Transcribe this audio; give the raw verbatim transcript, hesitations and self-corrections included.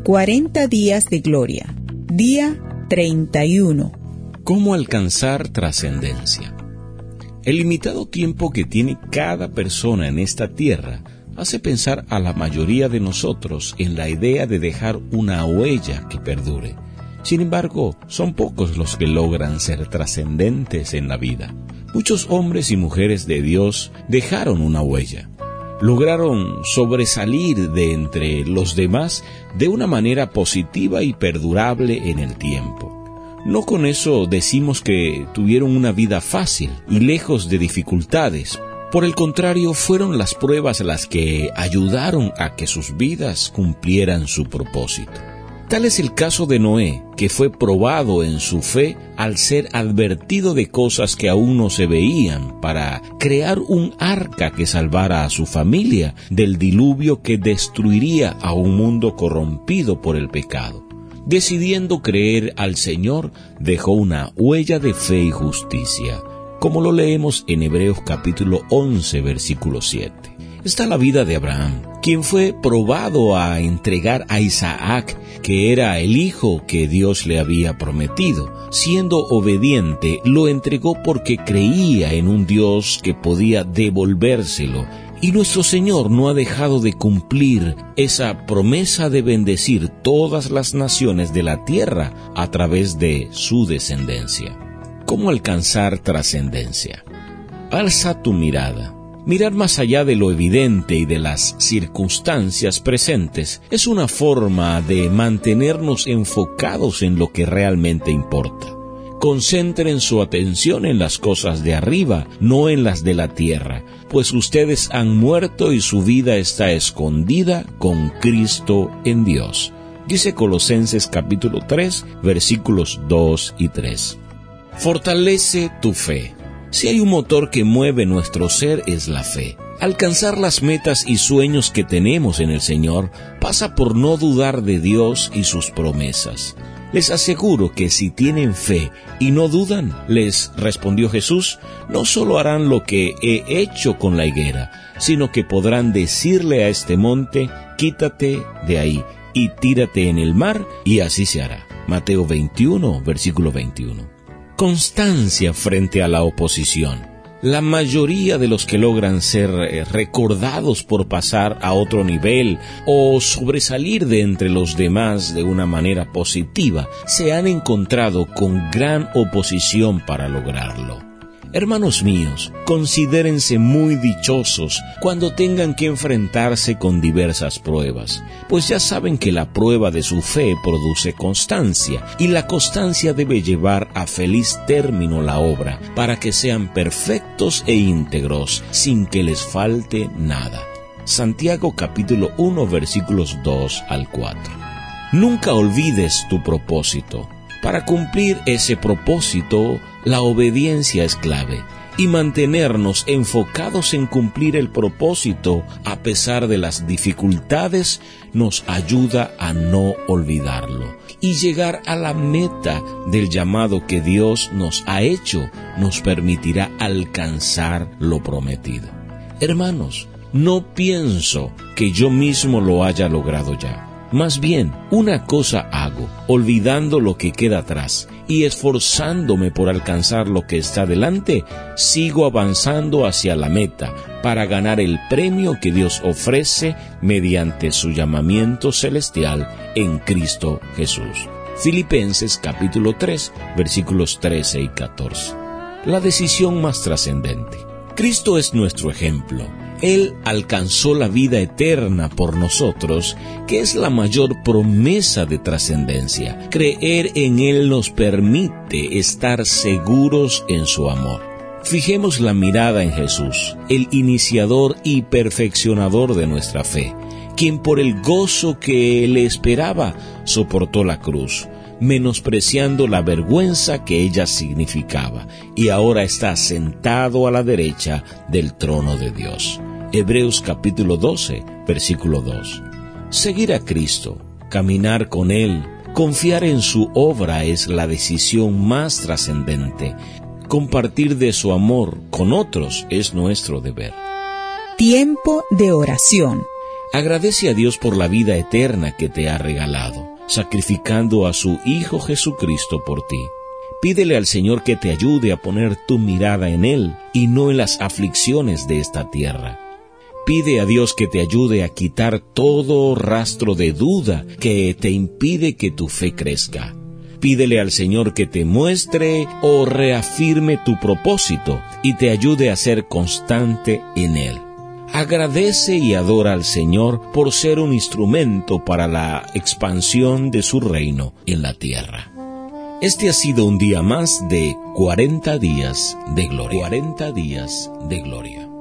cuarenta días de gloria. Día treinta y uno. ¿Cómo alcanzar trascendencia? El limitado tiempo que tiene cada persona en esta tierra hace pensar a la mayoría de nosotros en la idea de dejar una huella que perdure. Sin embargo, son pocos los que logran ser trascendentes en la vida. Muchos hombres y mujeres de Dios dejaron una huella. Lograron sobresalir de entre los demás de una manera positiva y perdurable en el tiempo. No con eso decimos que tuvieron una vida fácil y lejos de dificultades. Por el contrario, fueron las pruebas las que ayudaron a que sus vidas cumplieran su propósito. Tal es el caso de Noé, que fue probado en su fe al ser advertido de cosas que aún no se veían para crear un arca que salvara a su familia del diluvio que destruiría a un mundo corrompido por el pecado. Decidiendo creer al Señor, dejó una huella de fe y justicia, como lo leemos en Hebreos capítulo once, versículo siete. Está la vida de Abraham, quien fue probado a entregar a Isaac, que era el hijo que Dios le había prometido. Siendo obediente, lo entregó porque creía en un Dios que podía devolvérselo. Y nuestro Señor no ha dejado de cumplir esa promesa de bendecir todas las naciones de la tierra a través de su descendencia. ¿Cómo alcanzar trascendencia? Alza tu mirada. Mirar más allá de lo evidente y de las circunstancias presentes es una forma de mantenernos enfocados en lo que realmente importa. Concentren su atención en las cosas de arriba, no en las de la tierra, pues ustedes han muerto y su vida está escondida con Cristo en Dios. Dice Colosenses capítulo tres, versículos dos y tres. Fortalece tu fe. Si hay un motor que mueve nuestro ser es la fe. Alcanzar las metas y sueños que tenemos en el Señor pasa por no dudar de Dios y sus promesas. Les aseguro que si tienen fe y no dudan, les respondió Jesús, no solo harán lo que he hecho con la higuera, sino que podrán decirle a este monte, quítate de ahí y tírate en el mar, y así se hará. Mateo veintiuno, versículo veintiuno. Constancia frente a la oposición. La mayoría de los que logran ser recordados por pasar a otro nivel o sobresalir de entre los demás de una manera positiva, se han encontrado con gran oposición para lograrlo. Hermanos míos, considérense muy dichosos cuando tengan que enfrentarse con diversas pruebas, pues ya saben que la prueba de su fe produce constancia, y la constancia debe llevar a feliz término la obra, para que sean perfectos e íntegros, sin que les falte nada. Santiago capítulo uno, versículos dos al cuatro. Nunca olvides tu propósito. Para cumplir ese propósito, la obediencia es clave, y mantenernos enfocados en cumplir el propósito a pesar de las dificultades nos ayuda a no olvidarlo. Y llegar a la meta del llamado que Dios nos ha hecho nos permitirá alcanzar lo prometido. Hermanos, no pienso que yo mismo lo haya logrado ya. Más bien, una cosa hago, olvidando lo que queda atrás y esforzándome por alcanzar lo que está delante, sigo avanzando hacia la meta para ganar el premio que Dios ofrece mediante su llamamiento celestial en Cristo Jesús. Filipenses capítulo tres, versículos trece y catorce. La decisión más trascendente. Cristo es nuestro ejemplo. Él alcanzó la vida eterna por nosotros, que es la mayor promesa de trascendencia. Creer en Él nos permite estar seguros en su amor. Fijemos la mirada en Jesús, el iniciador y perfeccionador de nuestra fe, quien por el gozo que le esperaba soportó la cruz, menospreciando la vergüenza que ella significaba, y ahora está sentado a la derecha del trono de Dios. Hebreos capítulo doce, versículo dos. Seguir a Cristo, caminar con Él, confiar en su obra es la decisión más trascendente. Compartir de su amor con otros es nuestro deber. Tiempo de oración. Agradece a Dios por la vida eterna que te ha regalado, sacrificando a su Hijo Jesucristo por ti. Pídele al Señor que te ayude a poner tu mirada en Él y no en las aflicciones de esta tierra. Pide a Dios que te ayude a quitar todo rastro de duda que te impide que tu fe crezca. Pídele al Señor que te muestre o reafirme tu propósito y te ayude a ser constante en Él. Agradece y adora al Señor por ser un instrumento para la expansión de su reino en la tierra. Este ha sido un día más de cuarenta días de gloria. cuarenta días de gloria.